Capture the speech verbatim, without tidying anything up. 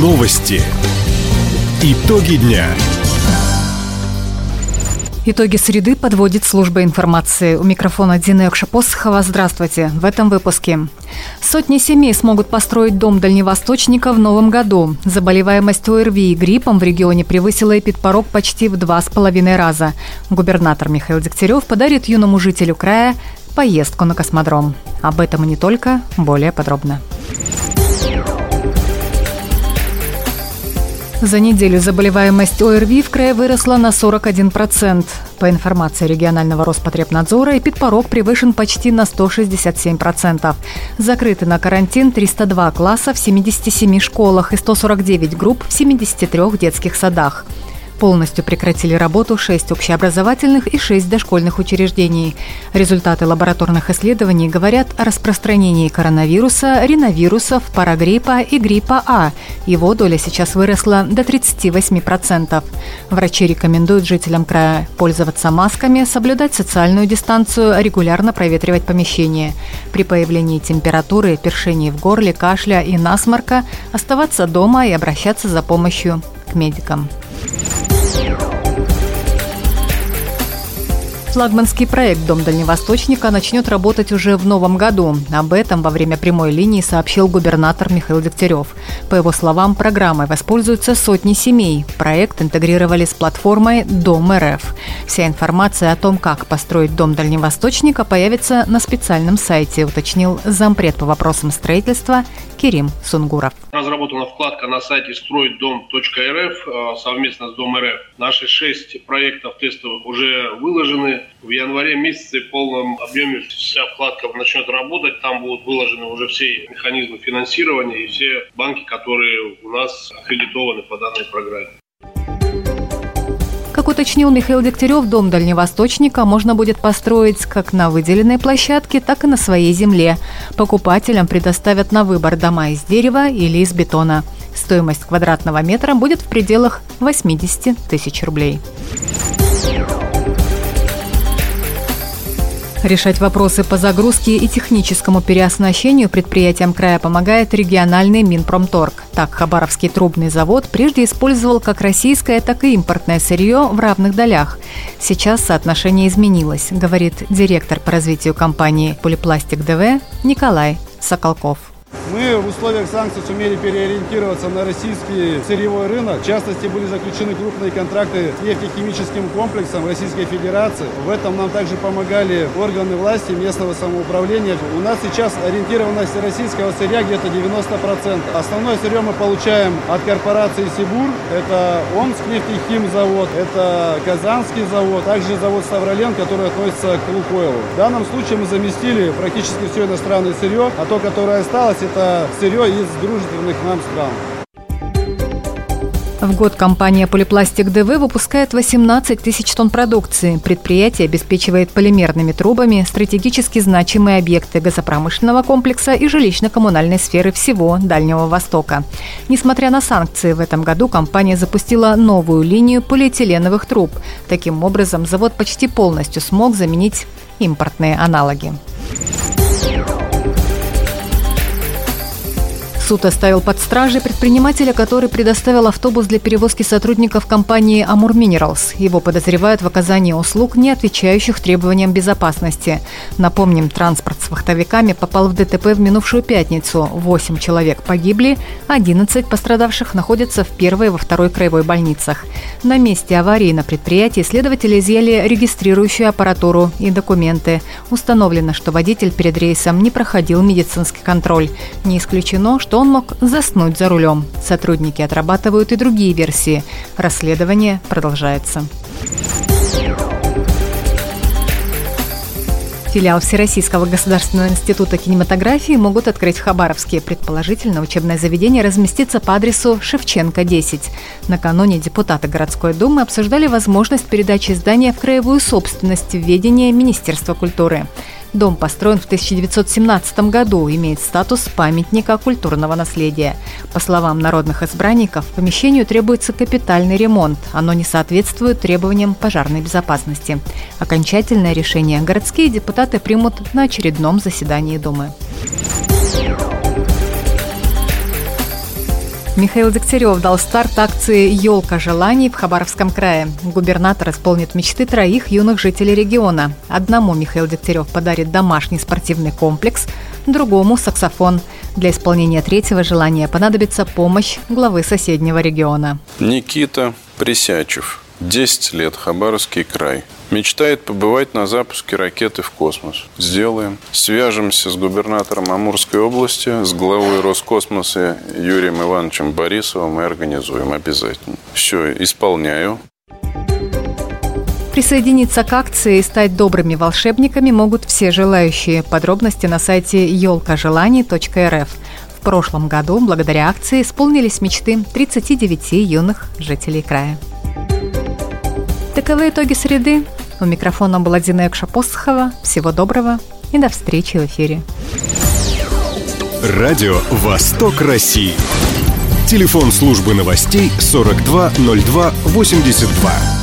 Новости. Итоги дня. Итоги среды подводит служба информации. У микрофона Дина Экшапосхова. Здравствуйте. В этом выпуске. Сотни семей смогут построить дом дальневосточника в новом году. Заболеваемость ОРВИ и гриппом в регионе превысила эпидпорог почти в два с половиной раза. Губернатор Михаил Дегтярев подарит юному жителю края поездку на космодром. Об этом и не только, более подробно. За неделю заболеваемость ОРВИ в крае выросла на сорок один процент. По информации регионального Роспотребнадзора, эпидпорог превышен почти на сто шестьдесят семь процентов. Закрыты на карантин триста два класса в семидесяти семи школах и сто сорок девять групп в семидесяти трёх детских садах. Полностью прекратили работу шесть общеобразовательных и шесть дошкольных учреждений. Результаты лабораторных исследований говорят о распространении коронавируса, риновирусов, парагриппа и гриппа А. Его доля сейчас выросла до тридцати восьми процентов. Врачи рекомендуют жителям края пользоваться масками, соблюдать социальную дистанцию, регулярно проветривать помещение. При появлении температуры, першений в горле, кашля и насморка оставаться дома и обращаться за помощью к медикам. Флагманский проект «Дом дальневосточника» начнет работать уже в новом году. Об этом во время прямой линии сообщил губернатор Михаил Дегтярев. По его словам, программой воспользуются сотни семей. Проект интегрировали с платформой «Дом.РФ». Вся информация о том, как построить дом дальневосточника, появится на специальном сайте, уточнил зампред по вопросам строительства Керим Сунгуров. Разработана вкладка на сайте строить дом точка эр эф совместно с Дом.РФ. Наши шесть проектов тестовых уже выложены. В январе месяце в полном объеме вся вкладка начнет работать. Там будут выложены уже все механизмы финансирования и все банки, которые у нас аккредитованы по данной программе. Как уточнил Михаил Дегтярев, дом дальневосточника можно будет построить как на выделенной площадке, так и на своей земле. Покупателям предоставят на выбор дома из дерева или из бетона. Стоимость квадратного метра будет в пределах восемьдесят тысяч рублей. Решать вопросы по загрузке и техническому переоснащению предприятиям края помогает региональный Минпромторг. Так, Хабаровский трубный завод прежде использовал как российское, так и импортное сырье в равных долях. Сейчас соотношение изменилось, говорит директор по развитию компании «Полипластик ДВ» Николай Соколков. Мы в условиях санкций сумели переориентироваться на российский сырьевой рынок. В частности, были заключены крупные контракты с нефтехимическим комплексом Российской Федерации. В этом нам также помогали органы власти местного самоуправления. У нас сейчас ориентированность российского сырья где-то девяносто процентов. Основное сырье мы получаем от корпорации «Сибур». Это Омск нефтехимзавод, это Казанский завод, также завод «Ставролен», который относится к «Лукойлу». В данном случае мы заместили практически все иностранное сырье, а то, которое осталось, это сырье из дружественных нам стран. В год компания «Полипластик ДВ» выпускает восемнадцать тысяч тонн продукции. Предприятие обеспечивает полимерными трубами стратегически значимые объекты газопромышленного комплекса и жилищно-коммунальной сферы всего Дальнего Востока. Несмотря на санкции, в этом году компания запустила новую линию полиэтиленовых труб. Таким образом, завод почти полностью смог заменить импортные аналоги. Суд оставил под стражей предпринимателя, который предоставил автобус для перевозки сотрудников компании «Амур Минералс». Его подозревают в оказании услуг, не отвечающих требованиям безопасности. Напомним, транспорт с вахтовиками попал в ДТП в минувшую пятницу. Восемь человек погибли, одиннадцать пострадавших находятся в первой и во второй краевой больницах. На месте аварии на предприятии следователи изъяли регистрирующую аппаратуру и документы. Установлено, что водитель перед рейсом не проходил медицинский контроль. Не исключено, что он мог заснуть за рулем. Сотрудники отрабатывают и другие версии. Расследование продолжается. Филиал Всероссийского государственного института кинематографии могут открыть в Хабаровске. Предположительно, учебное заведение разместится по адресу Шевченко, десять. Накануне депутаты городской думы обсуждали возможность передачи здания в краевую собственность в ведение Министерства культуры. Дом построен в тысяча девятьсот семнадцатом году, имеет статус памятника культурного наследия. По словам народных избранников, помещению требуется капитальный ремонт. Оно не соответствует требованиям пожарной безопасности. Окончательное решение городские депутаты примут на очередном заседании Думы. Михаил Дегтярев дал старт акции «Елка желаний» в Хабаровском крае. Губернатор исполнит мечты троих юных жителей региона. Одному Михаил Дегтярев подарит домашний спортивный комплекс, другому – саксофон. Для исполнения третьего желания понадобится помощь главы соседнего региона. Никита Присячев, десять лет, Хабаровский край. Мечтает побывать на запуске ракеты в космос. Сделаем. Свяжемся с губернатором Амурской области, с главой Роскосмоса Юрием Ивановичем Борисовым и организуем обязательно. Все, исполняю. Присоединиться к акции и стать добрыми волшебниками могут все желающие. Подробности на сайте елка желаний точка эр эф. В прошлом году благодаря акции исполнились мечты тридцати девяти юных жителей края. Таковы итоги среды. У микрофона была Дина Экша-Посохова. Всего доброго и до встречи в эфире. Радио «Восток России». Телефон службы новостей сорок два ноль два восемьдесят два.